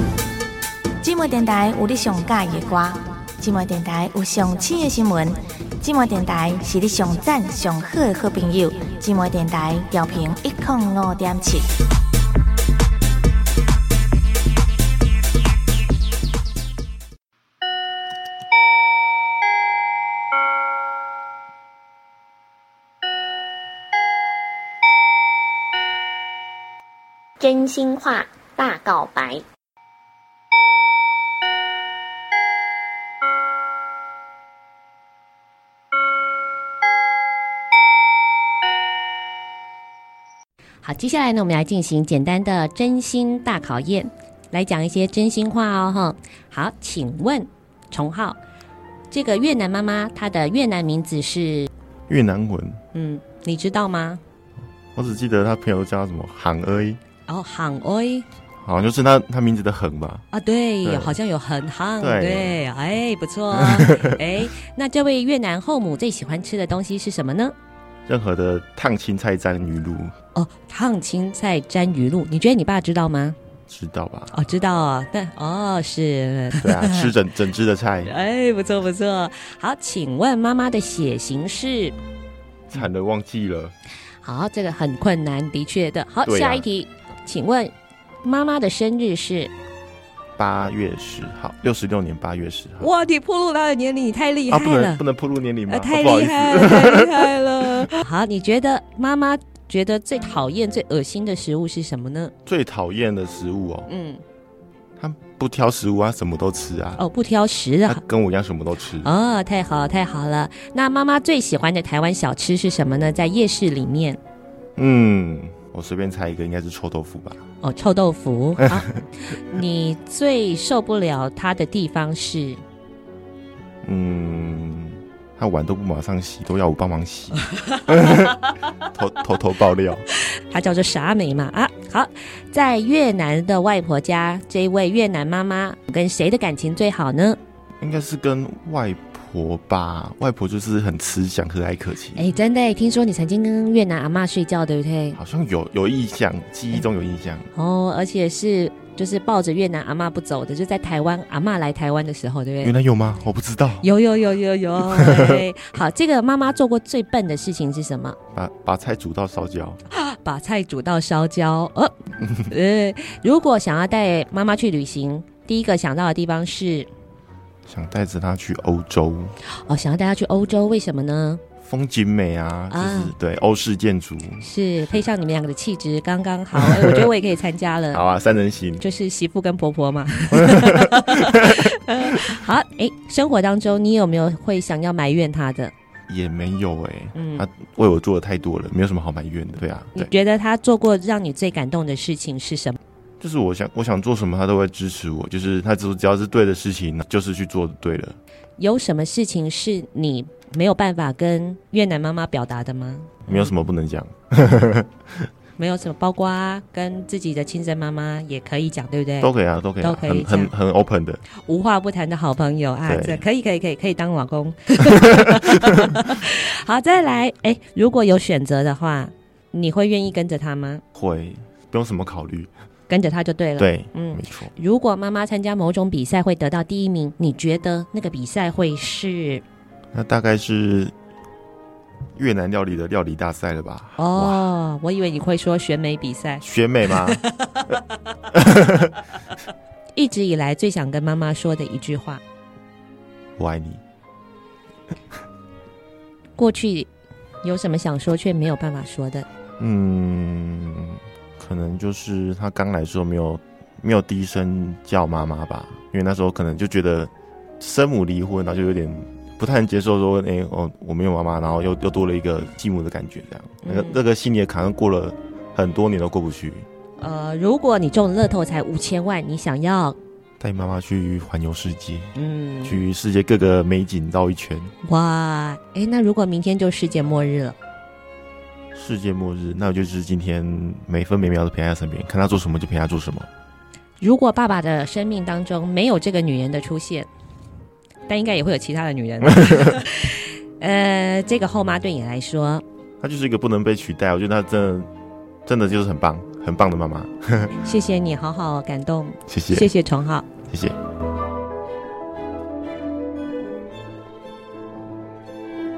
[SPEAKER 11] 寂寞电台有你上喜欢的歌，寂寞电台有上新的新闻， 姊妹电台是你上赞上好的好朋友。姊妹电台调频105.7。
[SPEAKER 12] 真心话大告白。
[SPEAKER 6] 好，接下来呢，我们来进行简单的真心大考验，来讲一些真心话哦哈。好，请问崇浩，这个越南妈妈她的越南名字是
[SPEAKER 8] 越南文，
[SPEAKER 6] 你知道吗？
[SPEAKER 8] 我只记得他朋友叫他什么杭ấy。
[SPEAKER 6] 哦，杭ấy，
[SPEAKER 8] 好像就是他名字的恒吧？
[SPEAKER 6] 啊，对，好像有恒杭，对，哎，不错哎，那这位越南后母最喜欢吃的东西是什么呢？
[SPEAKER 8] 任何的烫青菜沾鱼露。
[SPEAKER 6] 哦，烫青菜沾鱼露，你觉得你爸知道吗？
[SPEAKER 8] 知道吧？
[SPEAKER 6] 哦，知道啊，但是，
[SPEAKER 8] 对啊，吃整只的菜。
[SPEAKER 6] 哎，不错不错。好，请问妈妈的血型是？
[SPEAKER 8] 惨了，忘记了。
[SPEAKER 6] 好，这个很困难，的确的。好，下一题，请问妈妈的生日是
[SPEAKER 8] 8月10号，66年8月10号。
[SPEAKER 6] 哇，你暴露她的年龄，你太厉害了！
[SPEAKER 8] 不能暴露年龄吗？
[SPEAKER 6] 太厉害了，太厉害了。好，你觉得妈妈觉得最讨厌、最恶心的食物是什么呢？
[SPEAKER 8] 最讨厌的食物哦，他不挑食物啊，什么都吃啊。
[SPEAKER 6] 哦，不挑食啊，
[SPEAKER 8] 他跟我一样什么都吃。
[SPEAKER 6] 哦，太好了，太好了。那妈妈最喜欢的台湾小吃是什么呢？在夜市里面。
[SPEAKER 8] 我随便猜一个，应该是臭豆腐吧。
[SPEAKER 6] 哦，臭豆腐。好，你最受不了它的地方是？
[SPEAKER 8] 他碗都不马上洗，都要我帮忙洗。偷爆料。
[SPEAKER 6] 它叫做傻美嘛啊。好，在越南的外婆家，这一位越南妈妈跟谁的感情最好呢？
[SPEAKER 8] 应该是跟外婆吧，外婆就是很慈祥、和蔼可亲。
[SPEAKER 6] 哎，真的，听说你曾经跟越南阿嬷睡觉，对不对？
[SPEAKER 8] 好像有印象，记忆中有印象。
[SPEAKER 6] 哦，而且是就是抱着越南阿嬷不走的，就在台湾阿嬷来台湾的时候，对不对？
[SPEAKER 8] 原来有吗？我不知道。
[SPEAKER 6] 有。好，这个妈妈做过最笨的事情是什么？
[SPEAKER 8] 把菜煮到烧焦。
[SPEAKER 6] 把菜煮到烧焦。如果想要带妈妈去旅行，第一个想到的地方是？
[SPEAKER 8] 想带着她去欧洲。
[SPEAKER 6] 哦，想要带她去欧洲，为什么呢？
[SPEAKER 8] 风景美啊，就是对欧式建筑，
[SPEAKER 6] 是配上你们两个的气质刚刚好。我觉得我也可以参加了。
[SPEAKER 8] 好啊，3人行，
[SPEAKER 6] 就是媳妇跟婆婆嘛。好，生活当中你有没有会想要埋怨她的？
[SPEAKER 8] 也没有他为我做的太多了，没有什么好埋怨的。对啊，
[SPEAKER 6] 你觉得他做过让你最感动的事情是什么？
[SPEAKER 8] 就是我想做什么，他都会支持我。就是他只要是对的事情，就是去做对了。有
[SPEAKER 6] 什么事情是你没有办法跟越南妈妈表达的吗？
[SPEAKER 8] 没有什么不能讲。
[SPEAKER 6] 没有什么，包括跟自己的亲生妈妈也可以讲，对不对？
[SPEAKER 8] 都可以啊，都可以很 open 的，
[SPEAKER 6] 无话不谈的好朋友啊，这可以当老公。好，再来，如果有选择的话，你会愿意跟着他吗？
[SPEAKER 8] 会，不用什么考虑，
[SPEAKER 6] 跟着他就对了。
[SPEAKER 8] 对，没错。
[SPEAKER 6] 如果妈妈参加某种比赛会得到第1名，你觉得那个比赛会是？
[SPEAKER 8] 那大概是越南料理的料理大赛了吧？
[SPEAKER 6] 哦，我以为你会说选美比赛。
[SPEAKER 8] 选美吗？
[SPEAKER 6] 一直以来最想跟妈妈说的一句话：
[SPEAKER 8] 我爱你。
[SPEAKER 6] 过去有什么想说却没有办法说的？
[SPEAKER 8] 可能就是他刚来的时候没有低声叫妈妈吧，因为那时候可能就觉得生母离婚，然后就有点不太能接受说，我没有妈妈，然后又多了一个继母的感觉，这样，那个心里的坎过了很多年都过不去。
[SPEAKER 6] 如果你中乐透才5000万，你想要
[SPEAKER 8] 带妈妈去环游世界，去世界各个美景绕一圈。
[SPEAKER 6] 哇，那如果明天就世界末日了？
[SPEAKER 8] 世界末日，那我就是今天每分每秒都陪在身边，看他做什么就陪他做什么。
[SPEAKER 6] 如果爸爸的生命当中没有这个女人的出现，但应该也会有其他的女人。这个后妈对你来说，
[SPEAKER 8] 她就是一个不能被取代。我觉得她真的就是很棒的妈妈。
[SPEAKER 6] 谢谢你，好好感动。
[SPEAKER 8] 谢
[SPEAKER 6] 谢崇浩，
[SPEAKER 8] 谢谢。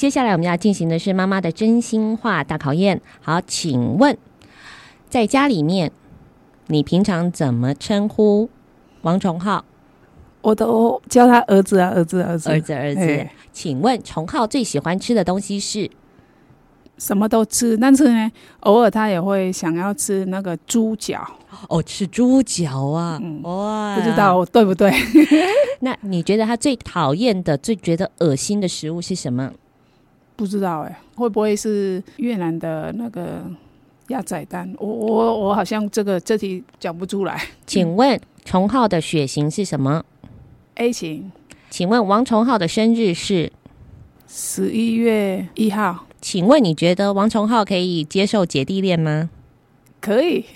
[SPEAKER 6] 接下来我们要进行的是妈妈的真心话大考验。好，请问在家里面你平常怎么称呼王崇浩？
[SPEAKER 7] 我都叫他儿子啊，儿子。
[SPEAKER 6] 请问崇浩最喜欢吃的东西是？
[SPEAKER 7] 什么都吃，但是呢，偶尔他也会想要吃那个猪脚。
[SPEAKER 6] 哦，吃猪脚啊！哇，
[SPEAKER 7] 不知道对不对？
[SPEAKER 6] 那你觉得他最讨厌的、最觉得恶心的食物是什么？
[SPEAKER 7] 不知道会不会是越南的那个鸭仔蛋？我好像这题讲不出来。
[SPEAKER 6] 请问崇浩的血型是什么？
[SPEAKER 7] A 型。
[SPEAKER 6] 请问王崇浩的生日是
[SPEAKER 7] 11月1号。
[SPEAKER 6] 请问你觉得王崇浩可以接受姐弟恋吗？
[SPEAKER 7] 可以。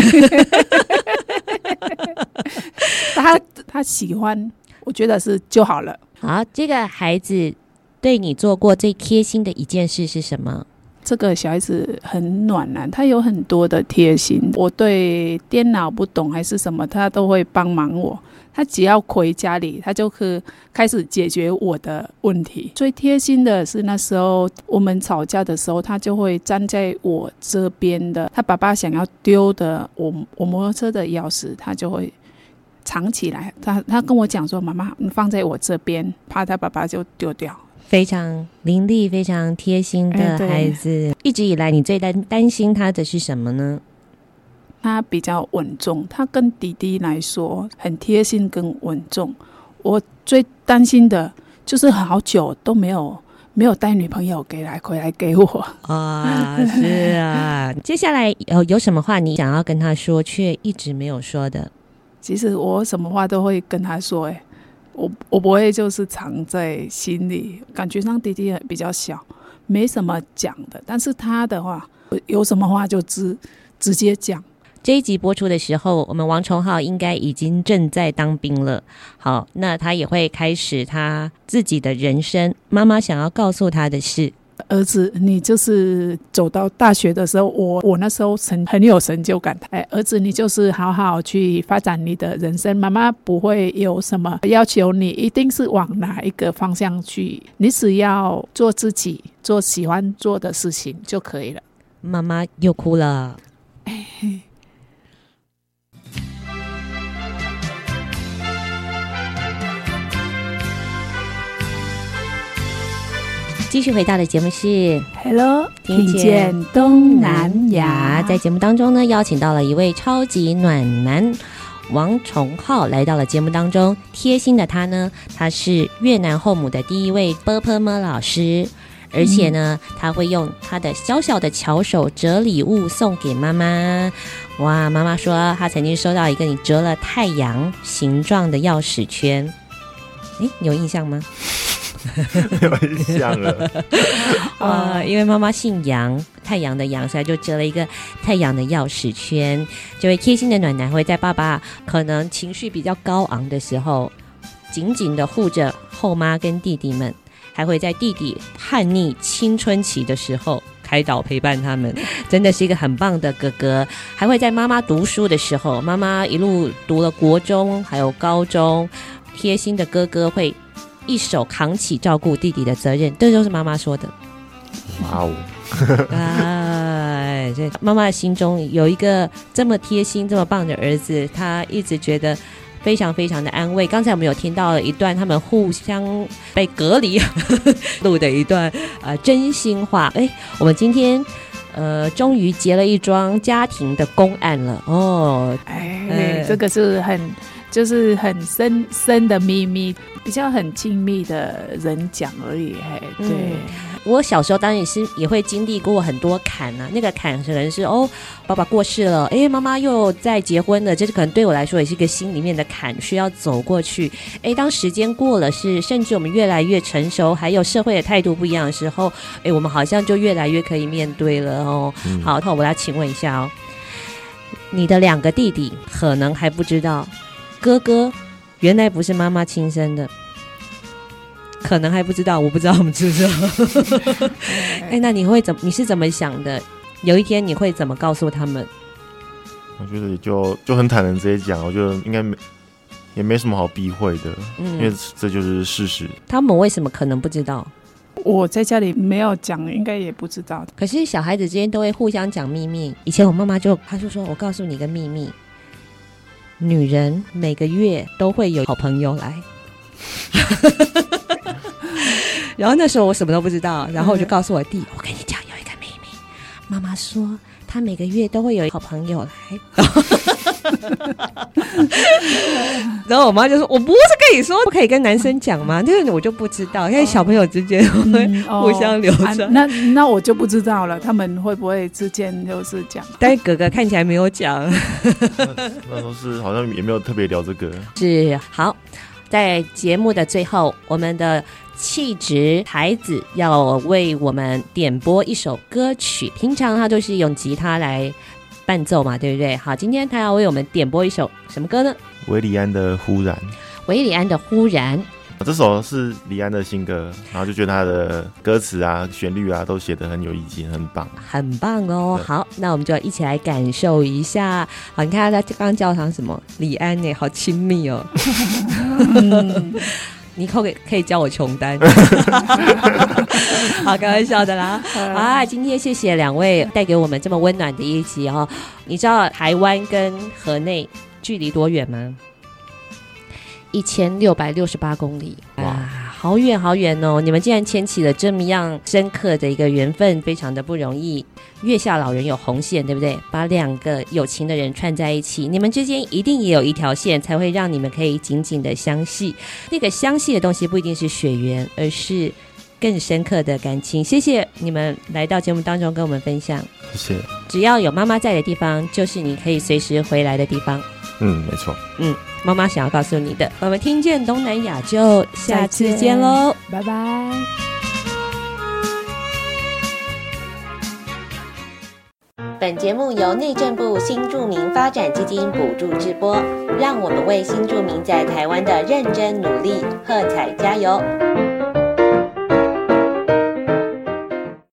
[SPEAKER 7] 他喜欢，我觉得是就好了。
[SPEAKER 6] 好，这个孩子对你做过最贴心的一件事是什么？
[SPEAKER 7] 这个小孩子很暖男，他有很多的贴心。我对电脑不懂还是什么，他都会帮忙我。他只要回家里，他就可开始解决我的问题。最贴心的是那时候我们吵架的时候，他就会站在我这边的。他爸爸想要丢的我摩托车的钥匙，他就会藏起来。他跟我讲说：“妈妈，你放在我这边，怕他爸爸就丢掉。”
[SPEAKER 6] 非常伶俐、非常贴心的孩子。一直以来，你最担心他的是什么呢？
[SPEAKER 7] 他比较稳重，他跟弟弟来说很贴心跟稳重。我最担心的就是好久都没有带女朋友回来给我
[SPEAKER 6] 啊。是啊。接下来有什么话你想要跟他说却一直没有说的？
[SPEAKER 7] 其实我什么话都会跟他说我不会就是藏在心里。感觉上弟弟比较小，没什么讲的，但是他的话有什么话就直接讲。
[SPEAKER 6] 这一集播出的时候，我们王崇浩应该已经正在当兵了。好，那他也会开始他自己的人生。妈妈想要告诉他的是，
[SPEAKER 7] 儿子，你就是走到大学的时候，我那时候很有成就感。儿子，你就是好好去发展你的人生，妈妈不会有什么要求你一定是往哪一个方向去，你只要做自己，做喜欢做的事情就可以了。
[SPEAKER 6] 妈妈又哭了。继续回到的节目是
[SPEAKER 7] Hello 听见东南亚。
[SPEAKER 6] 在节目当中呢，邀请到了一位超级暖男王崇浩来到了节目当中。贴心的他呢，他是越南后母的第一位波波么老师，而且呢，他会用他的小小的巧手折礼物送给妈妈。哇，妈妈说她曾经收到一个你折了太阳形状的钥匙圈。你有印象吗？
[SPEAKER 8] 没有印象了。
[SPEAKER 6] 因为妈妈姓杨，太阳的阳，所以就折了一个太阳的钥匙圈。这位贴心的暖男会在爸爸可能情绪比较高昂的时候，紧紧的护着后妈跟弟弟们，还会在弟弟叛逆青春期的时候开导陪伴他们。真的是一个很棒的哥哥。还会在妈妈读书的时候，妈妈一路读了国中还有高中，贴心的哥哥会一手扛起照顾弟弟的责任，这就是妈妈说的。
[SPEAKER 8] 哇哦！
[SPEAKER 6] 所以妈妈的心中有一个这么贴心、这么棒的儿子，她一直觉得非常非常的安慰。刚才我们有听到了一段他们互相被隔离录的一段真心话。我们今天终于结了一桩家庭的公案了哦。
[SPEAKER 7] 这个是就是很深的秘密，比较很亲密的人讲而已。对，
[SPEAKER 6] 我小时候当然也会经历过很多坎啊。那个坎可能是爸爸过世了，妈妈又在结婚了，这可能对我来说也是一个心里面的坎，需要走过去。当时间过了，甚至我们越来越成熟，还有社会的态度不一样的时候，我们好像就越来越可以面对了哦。好，那我来请问一下你的2个弟弟可能还不知道，哥哥原来不是妈妈亲生的，可能还不知道，我不知道我们知不知道。那你是怎么想的？有一天你会怎么告诉他们？
[SPEAKER 8] 我觉得就很坦然直接讲，我觉得应该也没什么好避讳的，因为这就是事实。
[SPEAKER 6] 他们为什么可能不知道？
[SPEAKER 7] 我在家里没有讲，应该也不知道。
[SPEAKER 6] 可是小孩子之间都会互相讲秘密。以前我妈妈她就说，我告诉你个秘密，女人每个月都会有好朋友来。然后那时候我什么都不知道，然后我就告诉我弟，我跟你讲有一个秘密，妈妈说她每个月都会有好朋友来。然后我妈就说，我不是跟你说不可以跟男生讲吗？这个我就不知道，因为小朋友之间会互相流传。
[SPEAKER 7] 那我就不知道了，他们会不会之间就是讲？
[SPEAKER 6] 但是哥哥看起来没有讲。
[SPEAKER 8] 那都是好像也没有特别聊这个。
[SPEAKER 6] 是，好，在节目的最后，我们的气质台子要为我们点播一首歌曲。平常他都是用吉他来伴奏嘛，对不对？好，今天他要为我们点播一首什么歌呢？
[SPEAKER 8] 韦礼安的《忽然》。
[SPEAKER 6] 韦礼安的《忽然》，
[SPEAKER 8] 这首是李安的新歌，然后就觉得他的歌词啊、旋律啊都写得很有意境，很棒，
[SPEAKER 6] 很棒哦。好，那我们就一起来感受一下。好，你看他刚刚叫他什么？李安呢，好亲密哦。你可以叫我琼丹。好，开玩笑的啦。啊，今天谢谢两位带给我们这么温暖的一集哦。你知道台湾跟河内距离多远吗？1668公里。哇，好远好远哦！你们竟然牵起了这么样深刻的一个缘分，非常的不容易。月下老人有红线，对不对？把两个有情的人串在一起，你们之间一定也有一条线，才会让你们可以紧紧的相系。那个相系的东西不一定是血缘，而是更深刻的感情。谢谢你们来到节目当中跟我们分享。
[SPEAKER 8] 谢谢。
[SPEAKER 6] 只要有妈妈在的地方，就是你可以随时回来的地方。
[SPEAKER 8] 没错。
[SPEAKER 6] 妈妈想要告诉你的。我们听见东南亚就下次见咯，
[SPEAKER 7] 拜拜。
[SPEAKER 11] 本节目由内政部新住民发展基金补助直播，让我们为新住民在台湾的认真努力喝彩加油。